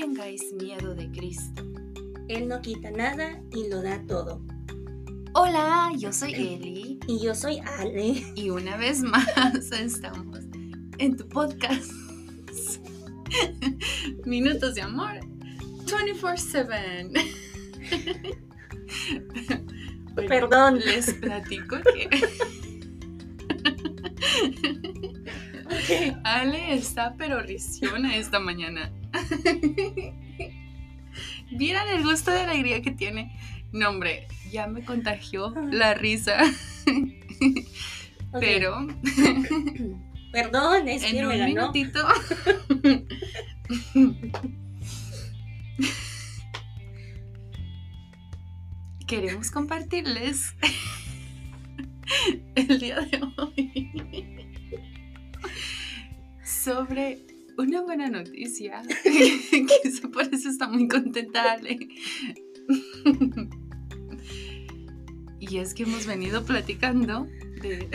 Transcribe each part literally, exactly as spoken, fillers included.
tengáis miedo de Cristo. Él no quita nada y lo da todo. Hola, yo soy Eli. Y yo soy Ale. Y una vez más estamos en tu podcast Minutos de Amor veinticuatro siete. Bueno, Perdón. les platico que okay. Ale está pero risiona esta mañana. ¿Vieran el gusto de alegría que tiene? No, hombre, ya me contagió la risa. Okay. Pero perdón, es en que un me ganó. minutito queremos compartirles el día de hoy sobre una buena noticia, que por eso está muy contenta Ale. Y es que hemos venido platicando de...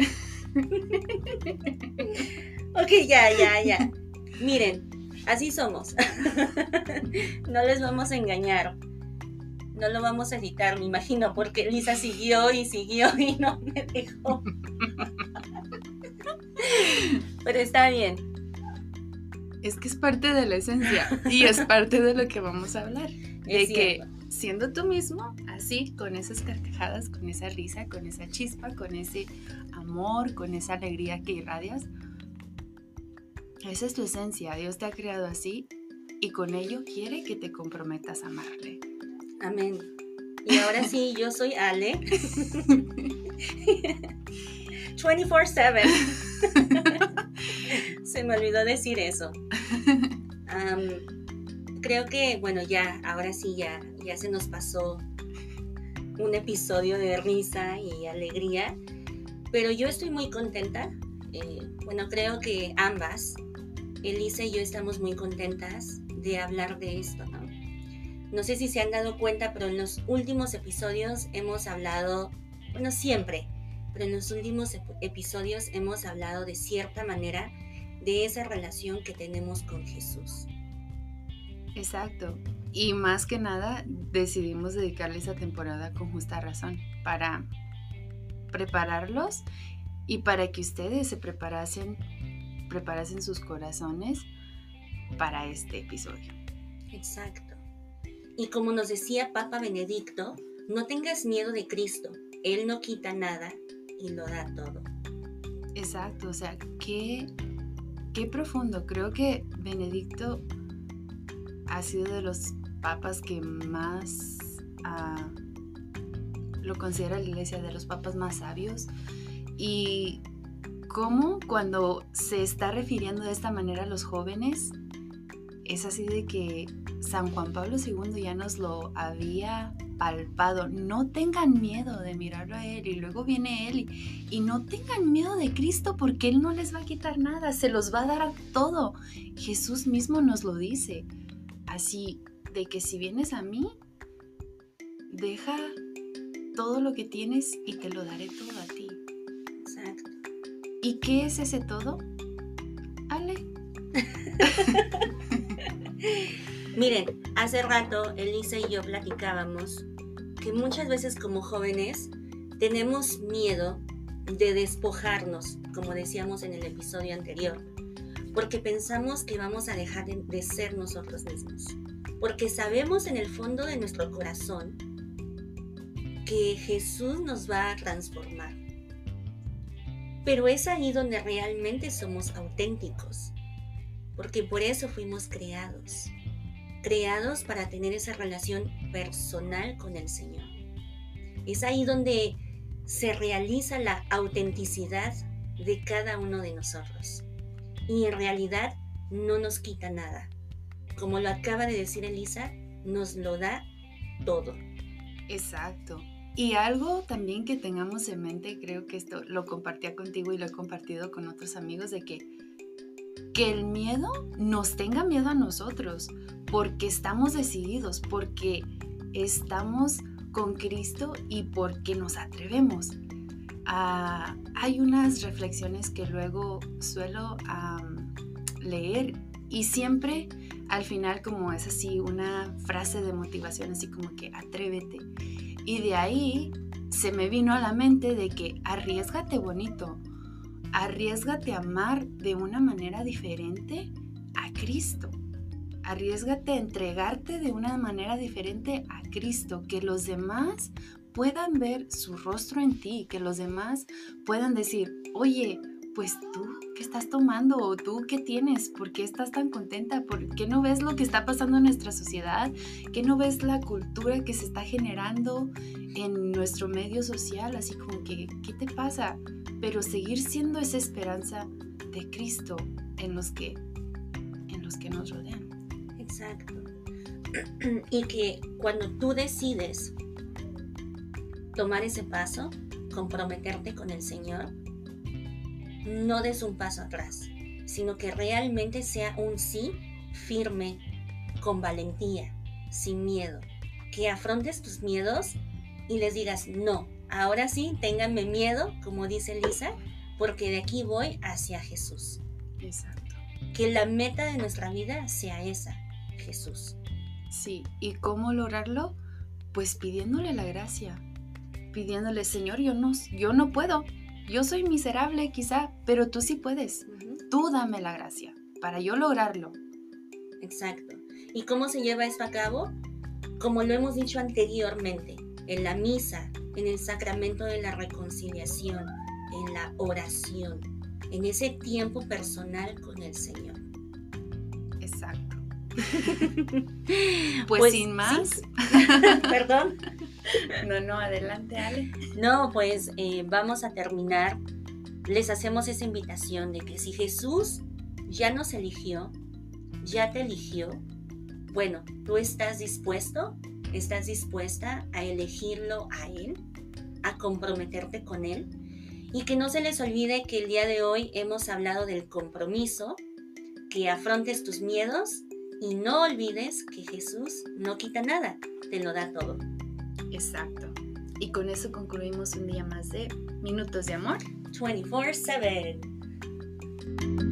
Ok, ya, ya, ya. Miren, así somos. No les vamos a engañar. No lo vamos a editar, me imagino, porque Lisa siguió y siguió y no me dejó. Pero está bien. Es que es parte de la esencia y es parte de lo que vamos a hablar. De Es que cierto. siendo tú mismo, así, con esas carcajadas, con esa risa, con esa chispa, con ese amor, con esa alegría que irradias, esa es tu esencia. Dios te ha creado así y con ello quiere que te comprometas a amarle. Amén. Y ahora sí, yo soy Ale. veinticuatro siete. Se me olvidó decir eso. Um, creo que, bueno, ya, ahora sí, ya, ya se nos pasó un episodio de risa y alegría. Pero yo estoy muy contenta. Eh, bueno, creo que ambas, Elisa y yo, estamos muy contentas de hablar de esto, ¿no? No sé si se han dado cuenta, pero en los últimos episodios hemos hablado, bueno, siempre, pero en los últimos ep- episodios hemos hablado de cierta manera de esa relación que tenemos con Jesús. Exacto. Y más que nada decidimos dedicarle esa temporada con justa razón para prepararlos y para que ustedes se preparasen, preparasen sus corazones para este episodio. Exacto. Y como nos decía Papa Benedicto, no tengas miedo de Cristo, Él no quita nada y lo da todo. Exacto, o sea, qué, qué profundo. Creo que Benedicto ha sido de los papas que más uh, lo considera la iglesia, de los papas más sabios. Y cómo cuando se está refiriendo de esta manera a los jóvenes, es así de que San Juan Pablo segundo ya nos lo había palpado. No tengan miedo de mirarlo a Él. Y luego viene Él y, y no tengan miedo de Cristo porque Él no les va a quitar nada, se los va a dar todo. Jesús mismo nos lo dice. Así de que si vienes a mí, deja todo lo que tienes y te lo daré todo a ti. Exacto. ¿Y qué es ese todo? Ale. Miren, hace rato Elisa y yo platicábamos que muchas veces como jóvenes tenemos miedo de despojarnos, como decíamos en el episodio anterior, porque pensamos que vamos a dejar de, de ser nosotros mismos, porque sabemos en el fondo de nuestro corazón que Jesús nos va a transformar. Pero es ahí donde realmente somos auténticos, porque por eso fuimos creados, creados para tener esa relación personal con el Señor. Es ahí donde se realiza la autenticidad de cada uno de nosotros. Y en realidad no nos quita nada. Como lo acaba de decir Elisa, nos lo da todo. Exacto. Y algo también que tengamos en mente, creo que esto lo compartía contigo y lo he compartido con otros amigos, de que, que el miedo nos tenga miedo a nosotros, porque estamos decididos, porque estamos con Cristo y porque nos atrevemos. Uh, hay unas reflexiones que luego suelo um, leer y siempre al final como es así una frase de motivación, así como que atrévete. Y de ahí se me vino a la mente de que arriésgate bonito, arriésgate a amar de una manera diferente a Cristo. Arriésgate a entregarte de una manera diferente a Cristo, que los demás puedan ver su rostro en ti, que los demás puedan decir, oye, pues tú, ¿qué estás tomando? ¿O tú qué tienes? ¿Por qué estás tan contenta? ¿Por qué no ves lo que está pasando en nuestra sociedad? ¿Qué no ves la cultura que se está generando en nuestro medio social? Así como que, ¿qué te pasa? Pero seguir siendo esa esperanza de Cristo en los que, en los que nos rodean. Exacto. Y que cuando tú decides tomar ese paso, comprometerte con el Señor, no des un paso atrás, sino que realmente sea un sí firme, con valentía, sin miedo. Que afrontes tus miedos y les digas, no, ahora sí, ténganme miedo, como dice Lisa, porque de aquí voy hacia Jesús. Exacto. Que la meta de nuestra vida sea esa, Jesús. Sí, ¿y cómo lograrlo? Pues pidiéndole la gracia, pidiéndole, Señor, yo no, yo no puedo, yo soy miserable quizá, pero tú sí puedes, uh-huh. Tú dame la gracia para yo lograrlo. Exacto. ¿Y cómo se lleva esto a cabo? Como lo hemos dicho anteriormente, en la misa, en el sacramento de la reconciliación, en la oración, en ese tiempo personal con el Señor. Exacto. pues, pues sin más. Sí. Perdón. No, no, adelante, Ale. No, pues eh, vamos a terminar. Les hacemos esa invitación de que si Jesús ya nos eligió, ya te eligió, bueno, tú estás dispuesto, estás dispuesta a elegirlo a Él, a comprometerte con Él, y que no se les olvide que el día de hoy hemos hablado del compromiso, que afrontes tus miedos y no olvides que Jesús no quita nada, te lo da todo. Exacto. Y con eso concluimos un día más de Minutos de Amor veinticuatro siete.